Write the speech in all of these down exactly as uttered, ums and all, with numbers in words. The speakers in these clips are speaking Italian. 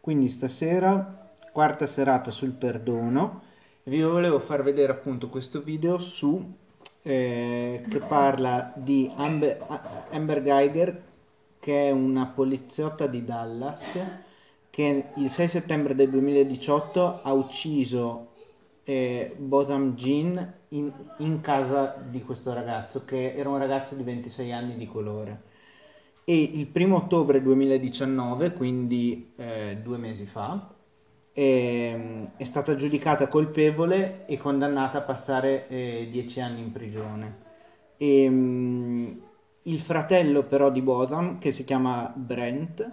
Quindi stasera, quarta serata sul perdono, e vi volevo far vedere appunto questo video su eh, che parla di Amber, Amber Geiger, che è una poliziotta di Dallas che il sei settembre del duemiladiciotto ha ucciso eh, Botham Jean in, in casa di questo ragazzo, che era un ragazzo di ventisei anni di colore. E il primo ottobre duemiladiciannove, quindi eh, due mesi fa, è, è stata giudicata colpevole e condannata a passare eh, dieci anni in prigione. E, mh, il fratello però di Botham, che si chiama Brent,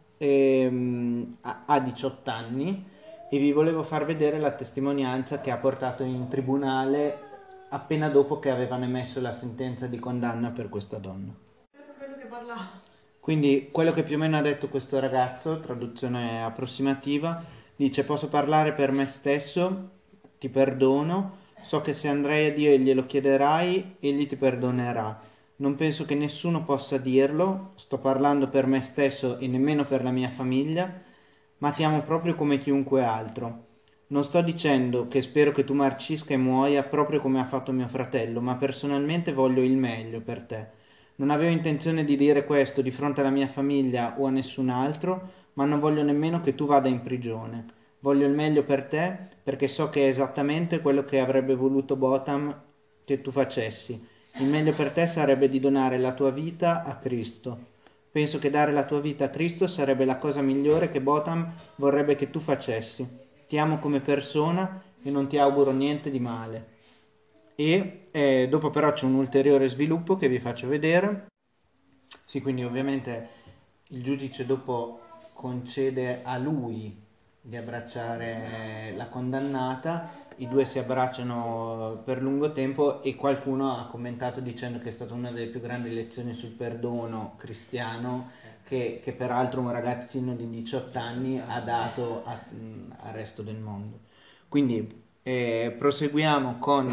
ehm, ha, ha diciotto anni, e vi volevo far vedere la testimonianza che ha portato in tribunale appena dopo che avevano emesso la sentenza di condanna per questa donna. Quello che parlava. Quindi quello che più o meno ha detto questo ragazzo, traduzione approssimativa, dice: posso parlare per me stesso, ti perdono, so che se andrai a Dio e glielo chiederai, egli ti perdonerà. Non penso che nessuno possa dirlo, sto parlando per me stesso e nemmeno per la mia famiglia, ma ti amo proprio come chiunque altro. Non sto dicendo che spero che tu marcisca e muoia proprio come ha fatto mio fratello, ma personalmente voglio il meglio per te. Non avevo intenzione di dire questo di fronte alla mia famiglia o a nessun altro, ma non voglio nemmeno che tu vada in prigione. Voglio il meglio per te perché so che è esattamente quello che avrebbe voluto Botham che tu facessi. Il meglio per te sarebbe di donare la tua vita a Cristo. Penso che dare la tua vita a Cristo sarebbe la cosa migliore che Botham vorrebbe che tu facessi. Ti amo come persona e non ti auguro niente di male. E eh, dopo però c'è un ulteriore sviluppo che vi faccio vedere. Sì, quindi ovviamente il giudice dopo concede a lui di abbracciare la condannata, i due si abbracciano per lungo tempo e qualcuno ha commentato dicendo che è stata una delle più grandi lezioni sul perdono cristiano che, che peraltro un ragazzino di diciotto anni ha dato a- al resto del mondo. Quindi eh, proseguiamo con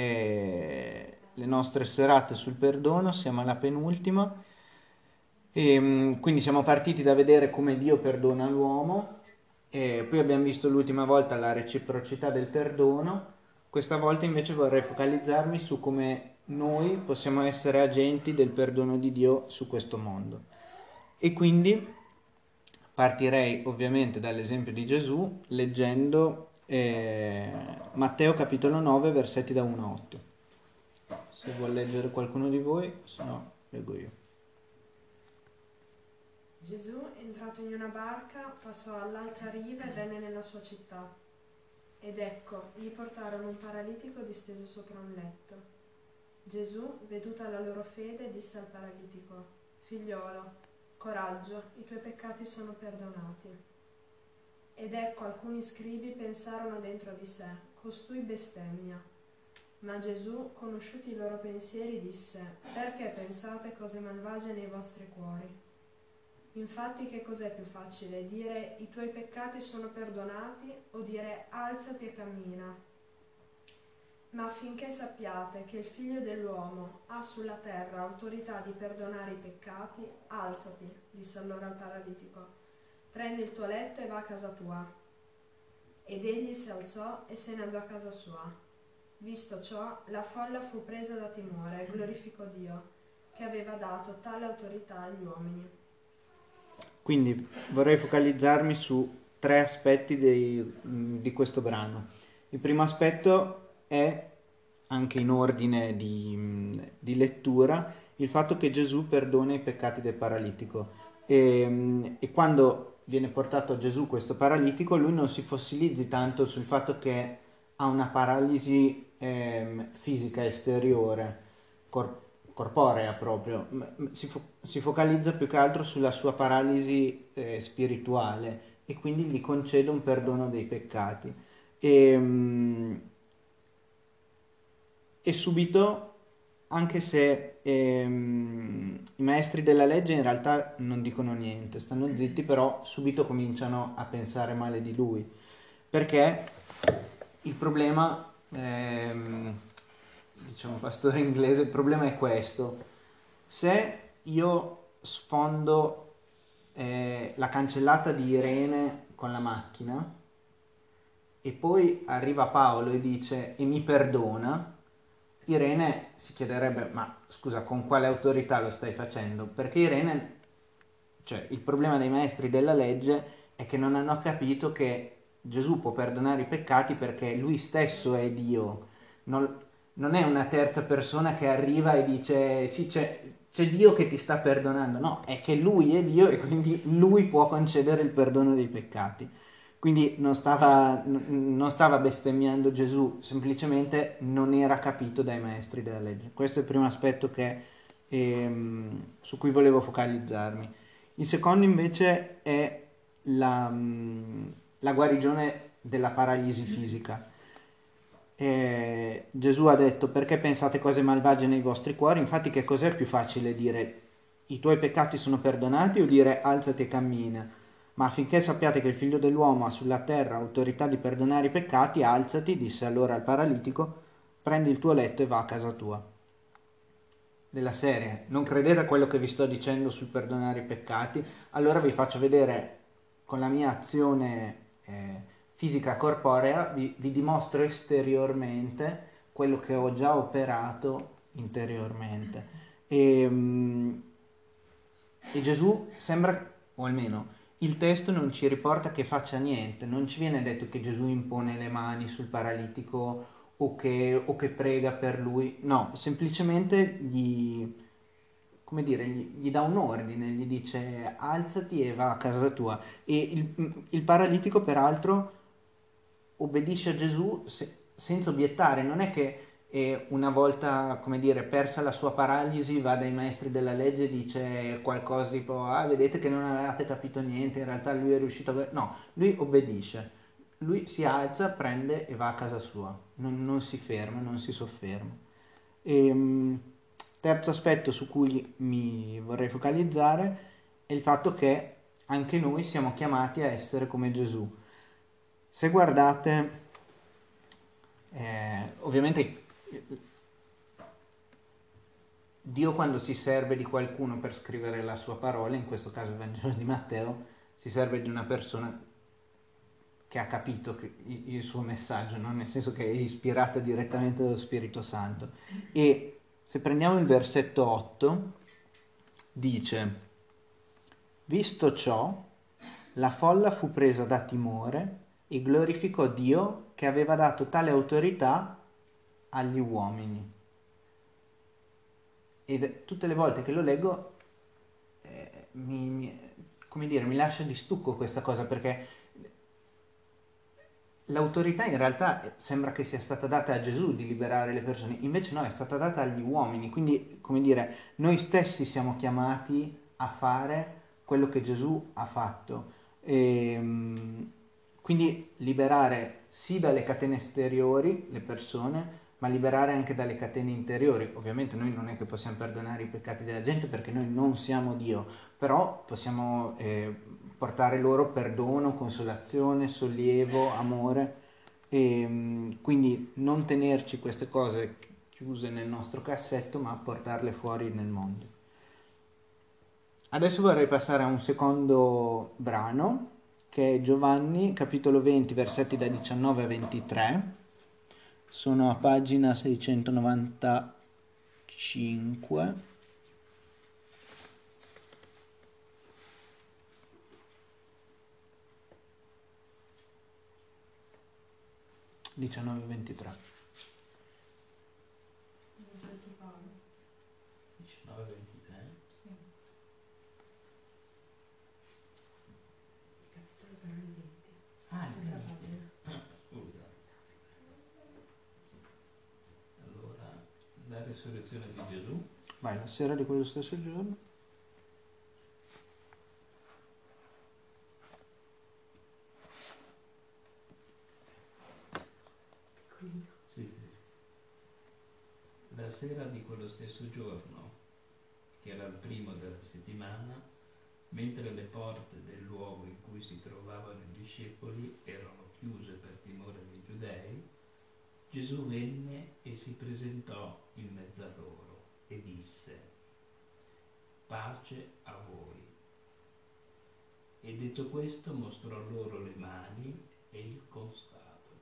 eh, le nostre serate sul perdono, siamo alla penultima. E, mh, quindi siamo partiti da vedere come Dio perdona l'uomo, e poi abbiamo visto l'ultima volta la reciprocità del perdono. Questa volta invece vorrei focalizzarmi su come noi possiamo essere agenti del perdono di Dio su questo mondo. E quindi partirei ovviamente dall'esempio di Gesù leggendo eh, Matteo capitolo nove versetti da uno a otto. Se vuol leggere qualcuno di voi, se no leggo io. Gesù, entrato in una barca, passò all'altra riva e venne nella sua città. Ed ecco, gli portarono un paralitico disteso sopra un letto. Gesù, veduta la loro fede, disse al paralitico: Figliolo, coraggio, i tuoi peccati sono perdonati. Ed ecco, alcuni scribi pensarono dentro di sé: costui bestemmia. Ma Gesù, conosciuti i loro pensieri, disse: perché pensate cose malvagie nei vostri cuori? Infatti, che cos'è più facile, dire i tuoi peccati sono perdonati o dire alzati e cammina? Ma affinché sappiate che il Figlio dell'uomo ha sulla terra autorità di perdonare i peccati, alzati, disse allora al paralitico, prendi il tuo letto e va a casa tua. Ed egli si alzò e se ne andò a casa sua. Visto ciò, la folla fu presa da timore e glorificò Dio, che aveva dato tale autorità agli uomini. Quindi vorrei focalizzarmi su tre aspetti dei- di questo brano. Il primo aspetto è, anche in ordine di, di lettura, il fatto che Gesù perdona i peccati del paralitico. E, e quando viene portato a Gesù questo paralitico, lui non si fossilizzi tanto sul fatto che ha una paralisi ehm, fisica esteriore, cor- corporea proprio, m- m- si, fo- si focalizza più che altro sulla sua paralisi eh, spirituale, e quindi gli concede un perdono dei peccati. E, mm, e subito, anche se ehm, i maestri della legge in realtà non dicono niente, stanno zitti, però subito cominciano a pensare male di lui, perché il problema, ehm, diciamo pastore inglese, il problema è questo: se io sfondo eh, la cancellata di Irene con la macchina e poi arriva Paolo e dice e mi perdona, Irene si chiederebbe ma scusa, con quale autorità lo stai facendo? Perché Irene, cioè il problema dei maestri della legge è che non hanno capito che Gesù può perdonare i peccati perché lui stesso è Dio, non, non è una terza persona che arriva e dice sì c'è, c'è Dio che ti sta perdonando, no, è che lui è Dio e quindi lui può concedere il perdono dei peccati. Quindi non stava, non stava bestemmiando Gesù, semplicemente non era capito dai maestri della legge. Questo è il primo aspetto che, ehm, su cui volevo focalizzarmi. Il secondo invece è la, la guarigione della paralisi fisica. Eh, Gesù ha detto perché pensate cose malvagie nei vostri cuori? Infatti che cos'è più facile dire i tuoi peccati sono perdonati o dire alzati e cammina? Ma affinché sappiate che il figlio dell'uomo ha sulla terra autorità di perdonare i peccati, alzati, disse allora al paralitico, prendi il tuo letto e va a casa tua. Della serie, non credete a quello che vi sto dicendo sul perdonare i peccati? Allora vi faccio vedere con la mia azione eh, fisica corporea, vi, vi dimostro esteriormente quello che ho già operato interiormente. E, e Gesù sembra, o almeno il testo non ci riporta che faccia niente, non ci viene detto che Gesù impone le mani sul paralitico o che, o che prega per lui, no, semplicemente gli, come dire, gli, gli dà un ordine, gli dice alzati e va a casa tua. E il, il paralitico peraltro obbedisce a Gesù se, senza obiettare, non è che e una volta, come dire, persa la sua paralisi, va dai maestri della legge e dice qualcosa tipo ah, vedete che non avevate capito niente, in realtà lui è riuscito a... No, lui obbedisce, lui si alza, prende e va a casa sua, non, non si ferma, non si sofferma. E, terzo aspetto su cui mi vorrei focalizzare è il fatto che anche noi siamo chiamati a essere come Gesù. Se guardate, eh, ovviamente Dio quando si serve di qualcuno per scrivere la sua parola, in questo caso il Vangelo di Matteo, si serve di una persona che ha capito il suo messaggio, no? Nel senso che è ispirata direttamente dallo Spirito Santo. E se prendiamo il versetto otto, dice, visto ciò, la folla fu presa da timore e glorificò Dio che aveva dato tale autorità agli uomini. E tutte le volte che lo leggo eh, mi, mi, come dire, mi lascia di stucco questa cosa, perché l'autorità in realtà sembra che sia stata data a Gesù di liberare le persone, invece no, è stata data agli uomini, quindi come dire, noi stessi siamo chiamati a fare quello che Gesù ha fatto. E, quindi liberare sì dalle catene esteriori le persone, ma liberare anche dalle catene interiori. Ovviamente noi non è che possiamo perdonare i peccati della gente perché noi non siamo Dio, però possiamo eh, portare loro perdono, consolazione, sollievo, amore e quindi non tenerci queste cose chiuse nel nostro cassetto ma portarle fuori nel mondo. Adesso vorrei passare a un secondo brano che è Giovanni capitolo venti versetti da diciannove a ventitré, sono a pagina seicentonovantacinque. diciannove ventitré. diciannove ventitré? Sì. Capitolo venti. Ah, il venti. Ah, scusa. Allora, la risurrezione di Gesù. Vai, la sera di quello stesso giorno. Sì, sì, sì. La sera di quello stesso giorno, che era il primo della settimana, mentre le porte del luogo in cui si trovavano i discepoli erano chiuse per timore dei giudei, Gesù venne e si presentò in mezzo a loro e disse: pace a voi. E detto questo mostrò loro le mani e il costato.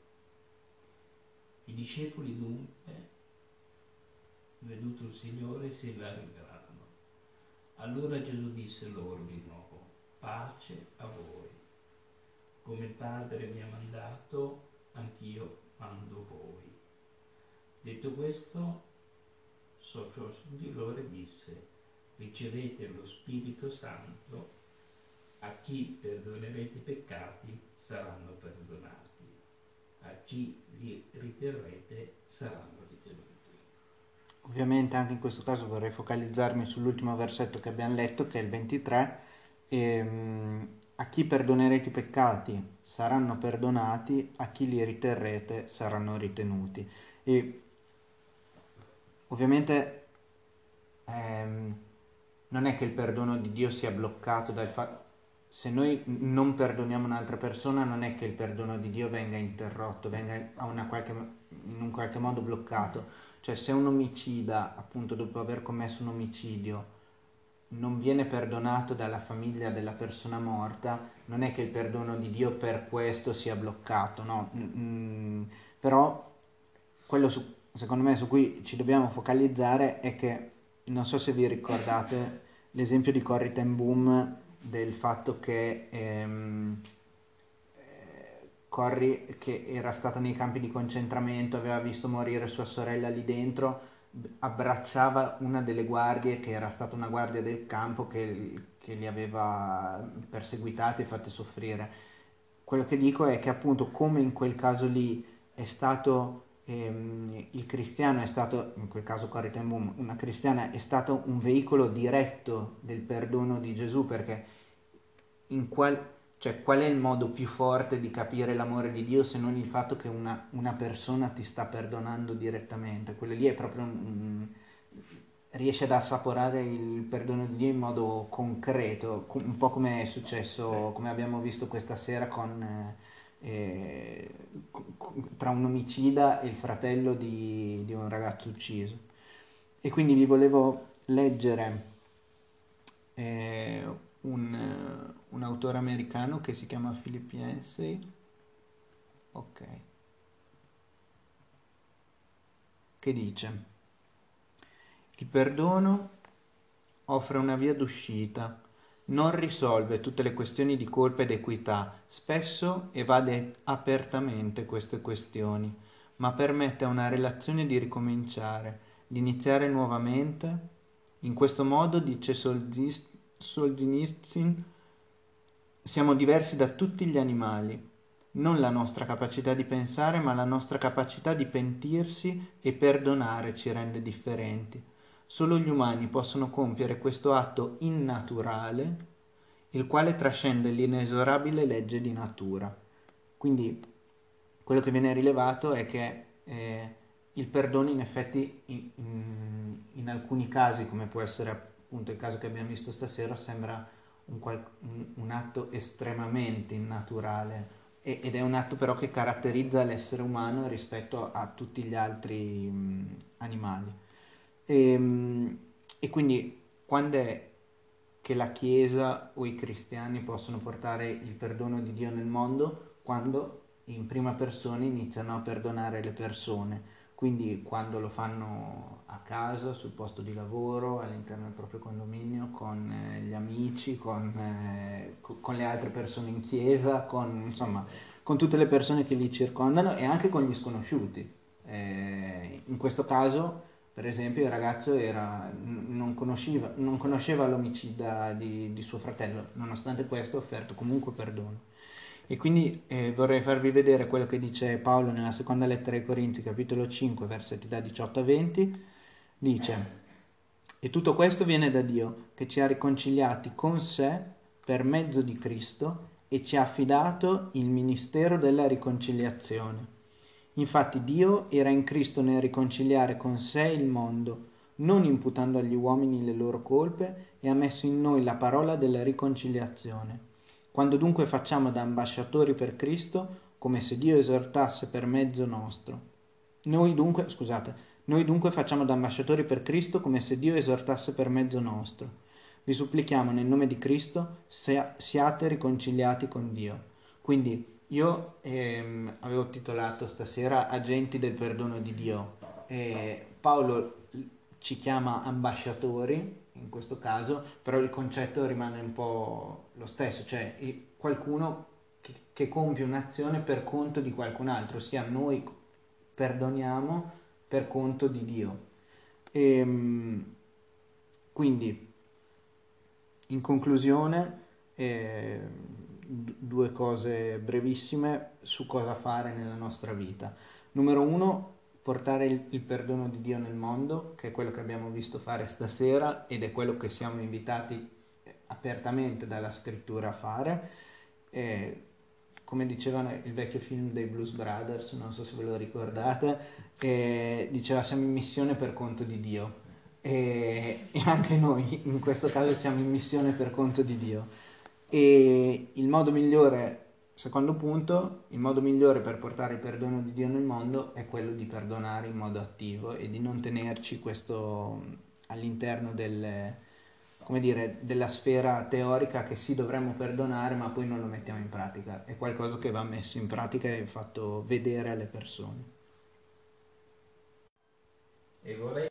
I discepoli dunque, veduto il Signore, si rallegrarono. Allora Gesù disse loro di nuovo: pace a voi. Come il Padre mi ha mandato, anch'io mando voi. Detto questo, soffiò su di loro e disse: ricevete lo Spirito Santo. A chi perdonerete i peccati saranno perdonati, a chi li riterrete saranno ritenuti. Ovviamente anche in questo caso vorrei focalizzarmi sull'ultimo versetto che abbiamo letto, che è il ventitré. Ehm, a chi perdonerete i peccati saranno perdonati, a chi li riterrete saranno ritenuti. E ovviamente ehm, non è che il perdono di Dio sia bloccato dal fatto, se noi non perdoniamo un'altra persona, non è che il perdono di Dio venga interrotto, venga a una qualche, in un qualche modo bloccato. Cioè, se un omicida, appunto, dopo aver commesso un omicidio, non viene perdonato dalla famiglia della persona morta, non è che il perdono di Dio per questo sia bloccato, no? Mm, però quello su, secondo me su cui ci dobbiamo focalizzare è che, non so se vi ricordate l'esempio di Corrie ten Boom, del fatto che ehm, Corrie, che era stata nei campi di concentramento, aveva visto morire sua sorella lì dentro, abbracciava una delle guardie, che era stata una guardia del campo, che, che li aveva perseguitati e fatti soffrire. Quello che dico è che, appunto, come in quel caso lì è stato ehm, il cristiano, è stato, in quel caso Corrie ten Boom, una cristiana, è stato un veicolo diretto del perdono di Gesù, perché in qual, cioè, qual è il modo più forte di capire l'amore di Dio se non il fatto che una, una persona ti sta perdonando direttamente? Quello lì è proprio un, un, riesce ad assaporare il perdono di Dio in modo concreto, un po' come è successo, come abbiamo visto questa sera con eh, tra un omicida e il fratello di, di un ragazzo ucciso. E quindi vi volevo leggere eh, un, un autore americano che si chiama Philip Yancey. Ok. Che dice: il perdono offre una via d'uscita, non risolve tutte le questioni di colpa ed equità, spesso evade apertamente queste questioni, ma permette a una relazione di ricominciare, di iniziare nuovamente. In questo modo, dice Solzhenitsyn, siamo diversi da tutti gli animali. Non la nostra capacità di pensare, ma la nostra capacità di pentirsi e perdonare ci rende differenti. Solo gli umani possono compiere questo atto innaturale, il quale trascende l'inesorabile legge di natura. Quindi quello che viene rilevato è che eh, il perdono, in effetti, in, in, in alcuni casi, come può essere appunto il caso che abbiamo visto stasera, sembra un, qual, un, un atto estremamente innaturale, ed è un atto però che caratterizza l'essere umano rispetto a tutti gli altri mh, animali. E, e quindi quando è che la Chiesa o i cristiani possono portare il perdono di Dio nel mondo? Quando in prima persona iniziano a perdonare le persone, quindi quando lo fanno a casa, sul posto di lavoro, all'interno del proprio condominio, con eh, gli amici, con, eh, con le altre persone in chiesa, con, insomma, con tutte le persone che li circondano, e anche con gli sconosciuti. Eh, in questo caso, per esempio, il ragazzo era, non, conosceva, non conosceva l'omicida di, di suo fratello, nonostante questo ha offerto comunque perdono. E quindi eh, vorrei farvi vedere quello che dice Paolo nella seconda lettera ai Corinzi, capitolo cinque, versetti da diciotto a venti. Dice: e tutto questo viene da Dio, che ci ha riconciliati con sé per mezzo di Cristo e ci ha affidato il ministero della riconciliazione. Infatti Dio era in Cristo nel riconciliare con sé il mondo, non imputando agli uomini le loro colpe, e ha messo in noi la parola della riconciliazione. Quando dunque facciamo da ambasciatori per Cristo, come se Dio esortasse per mezzo nostro. Noi dunque, scusate, noi dunque facciamo da ambasciatori per Cristo come se Dio esortasse per mezzo nostro. Vi supplichiamo nel nome di Cristo, sia- siate riconciliati con Dio. Quindi io ehm, avevo titolato stasera Agenti del perdono di Dio. E Paolo ci chiama ambasciatori in questo caso, però il concetto rimane un po' lo stesso, cioè i- qualcuno che, che compie un'azione per conto di qualcun altro, ossia noi perdoniamo per conto di Dio. E, quindi, in conclusione, eh, d- due cose brevissime su cosa fare nella nostra vita. Numero uno, portare il, il perdono di Dio nel mondo, che è quello che abbiamo visto fare stasera ed è quello che siamo invitati apertamente dalla scrittura a fare. Eh, come dicevano il vecchio film dei Blues Brothers, non so se ve lo ricordate, eh, diceva siamo in missione per conto di Dio. E, e anche noi in questo caso siamo in missione per conto di Dio. E il modo migliore, secondo punto, il modo migliore per portare il perdono di Dio nel mondo è quello di perdonare in modo attivo e di non tenerci questo all'interno del, come dire, della sfera teorica che sì dovremmo perdonare ma poi non lo mettiamo in pratica. È qualcosa che va messo in pratica e fatto vedere alle persone. E vorrei